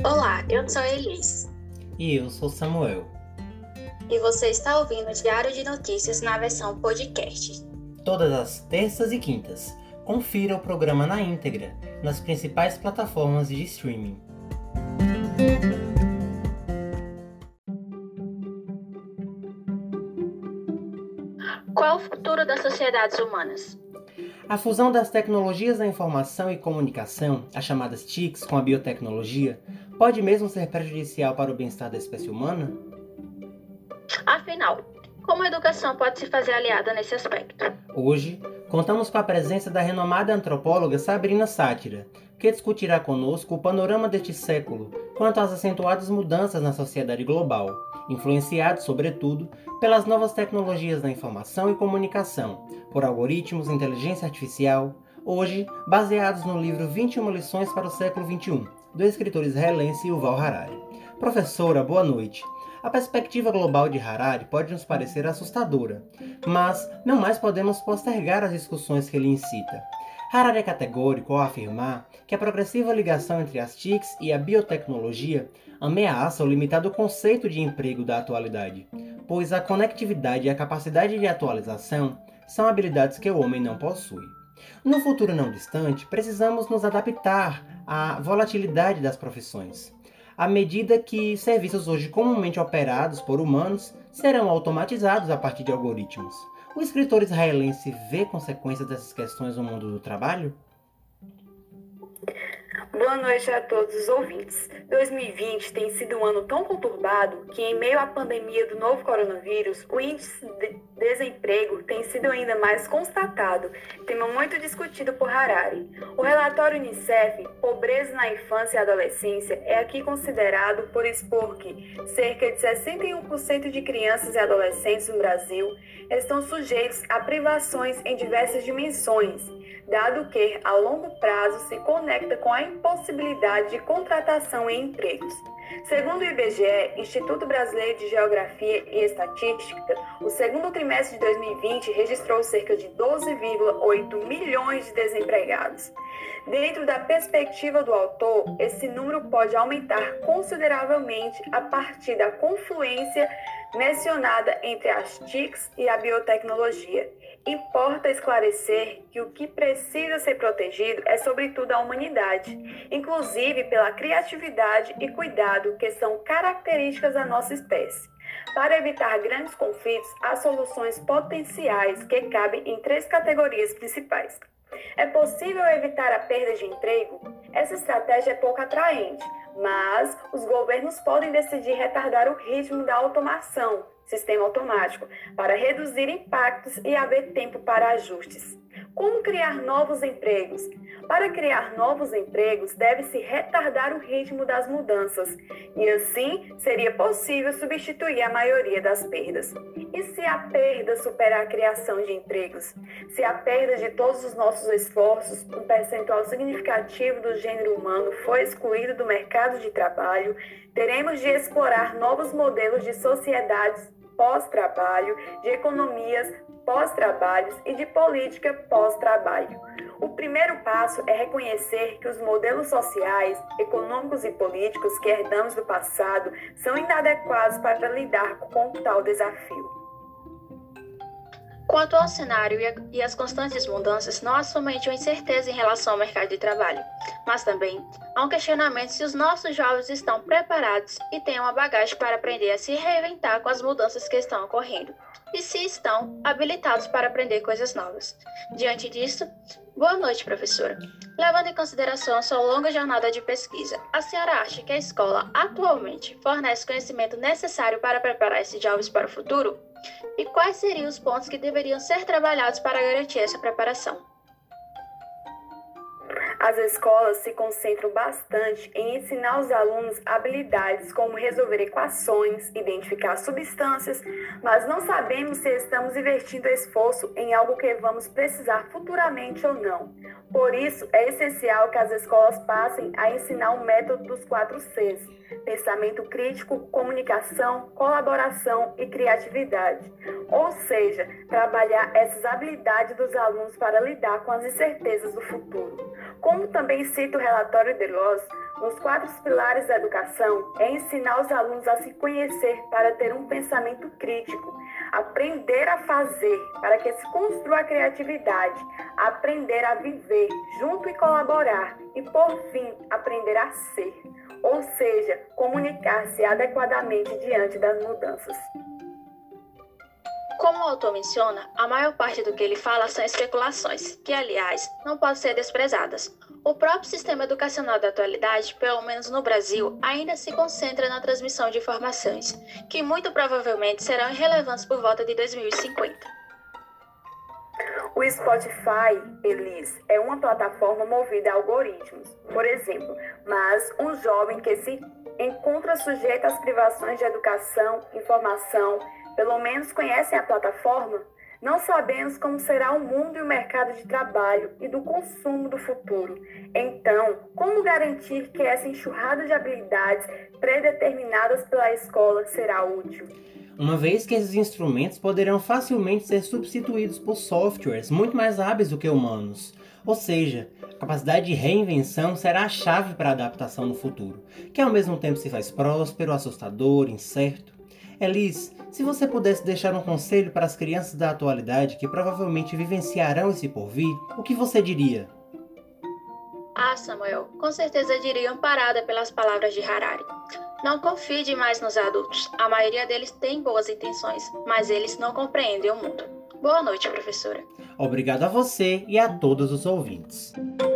Olá, eu sou a Elis. E eu sou Samuel. E você está ouvindo o Diário de Notícias na versão podcast. Todas as terças e quintas, confira o programa na íntegra, nas principais plataformas de streaming. Qual o futuro das sociedades humanas? A fusão das tecnologias da informação e comunicação, as chamadas TICs, com a biotecnologia, pode mesmo ser prejudicial para o bem-estar da espécie humana? Afinal, como a educação pode se fazer aliada nesse aspecto? Hoje, contamos com a presença da renomada antropóloga Sabrina Sátira, que discutirá conosco o panorama deste século quanto às acentuadas mudanças na sociedade global, influenciados, sobretudo, pelas novas tecnologias da informação e comunicação, por algoritmos, inteligência artificial, hoje baseados no livro 21 lições para o século XXI, do escritor israelense Yuval Harari. Professora, boa noite. A perspectiva global de Harari pode nos parecer assustadora, mas não mais podemos postergar as discussões que ele incita. Harari é categórico ao afirmar que a progressiva ligação entre as TICs e a biotecnologia ameaça o limitado conceito de emprego da atualidade, pois a conectividade e a capacidade de atualização são habilidades que o homem não possui. No futuro não distante, precisamos nos adaptar à volatilidade das profissões, à medida que serviços hoje comumente operados por humanos serão automatizados a partir de algoritmos. O escritor israelense vê consequências dessas questões no mundo do trabalho? Boa noite a todos os ouvintes. 2020 tem sido um ano tão conturbado que, em meio à pandemia do novo coronavírus, o índice de desemprego tem sido ainda mais constatado, tema muito discutido por Harari. O relatório Unicef, Pobreza na Infância e Adolescência, é aqui considerado por expor que cerca de 61% de crianças e adolescentes no Brasil estão sujeitos a privações em diversas dimensões, dado que, a longo prazo, se conecta com a impossibilidade de contratação em empregos. Segundo o IBGE, Instituto Brasileiro de Geografia e Estatística, o segundo trimestre de 2020 registrou cerca de 12,8 milhões de desempregados. Dentro da perspectiva do autor, esse número pode aumentar consideravelmente a partir da confluência mencionada entre as TICs e a biotecnologia. Importa esclarecer que o que precisa ser protegido é sobretudo a humanidade, inclusive pela criatividade e cuidado que são características da nossa espécie. Para evitar grandes conflitos, há soluções potenciais que cabem em 3 categorias principais. É possível evitar a perda de emprego? Essa estratégia é pouco atraente, mas os governos podem decidir retardar o ritmo da automação, sistema automático, para reduzir impactos e haver tempo para ajustes. Como criar novos empregos? Para criar novos empregos, deve-se retardar o ritmo das mudanças, e assim seria possível substituir a maioria das perdas. E se a perda superar a criação de empregos? Se a perda de todos os nossos esforços, um percentual significativo do gênero humano for excluído do mercado de trabalho, teremos de explorar novos modelos de sociedades pós-trabalho, de economias pós-trabalhos e de política pós-trabalho. O primeiro passo é reconhecer que os modelos sociais, econômicos e políticos que herdamos do passado são inadequados para lidar com tal desafio. Quanto ao cenário e as constantes mudanças, não há somente uma incerteza em relação ao mercado de trabalho, mas também há um questionamento se os nossos jovens estão preparados e têm uma bagagem para aprender a se reinventar com as mudanças que estão ocorrendo, e se estão habilitados para aprender coisas novas. Diante disso, boa noite, professora. Levando em consideração a sua longa jornada de pesquisa, a senhora acha que a escola atualmente fornece conhecimento necessário para preparar esses jovens para o futuro? E quais seriam os pontos que deveriam ser trabalhados para garantir essa preparação? As escolas se concentram bastante em ensinar os alunos habilidades como resolver equações, identificar substâncias, mas não sabemos se estamos investindo esforço em algo que vamos precisar futuramente ou não. Por isso, é essencial que as escolas passem a ensinar o método dos 4 Cs: pensamento crítico, comunicação, colaboração e criatividade. Ou seja, trabalhar essas habilidades dos alunos para lidar com as incertezas do futuro. Como também cita o relatório Deloz, nos 4 pilares da educação é ensinar os alunos a se conhecer para ter um pensamento crítico, aprender a fazer para que se construa a criatividade, aprender a viver junto e colaborar e, por fim, aprender a ser, ou seja, comunicar-se adequadamente diante das mudanças. Como o autor menciona, a maior parte do que ele fala são especulações, que, aliás, não podem ser desprezadas. O próprio sistema educacional da atualidade, pelo menos no Brasil, ainda se concentra na transmissão de informações, que muito provavelmente serão irrelevantes por volta de 2050. O Spotify, Elis, é uma plataforma movida a algoritmos, por exemplo, mas um jovem que se encontra sujeito às privações de educação, informação, pelo menos conhecem a plataforma, não sabemos como será o mundo e o mercado de trabalho e do consumo do futuro. Então, como garantir que essa enxurrada de habilidades predeterminadas pela escola será útil? Uma vez que esses instrumentos poderão facilmente ser substituídos por softwares muito mais hábeis do que humanos. Ou seja, a capacidade de reinvenção será a chave para a adaptação no futuro, que ao mesmo tempo se faz próspero, assustador, incerto. Elis, se você pudesse deixar um conselho para as crianças da atualidade que provavelmente vivenciarão esse porvir, o que você diria? Samuel, com certeza diriam parada pelas palavras de Harari. Não confie demais nos adultos. A maioria deles tem boas intenções, mas eles não compreendem o mundo. Boa noite, professora. Obrigado a você e a todos os ouvintes.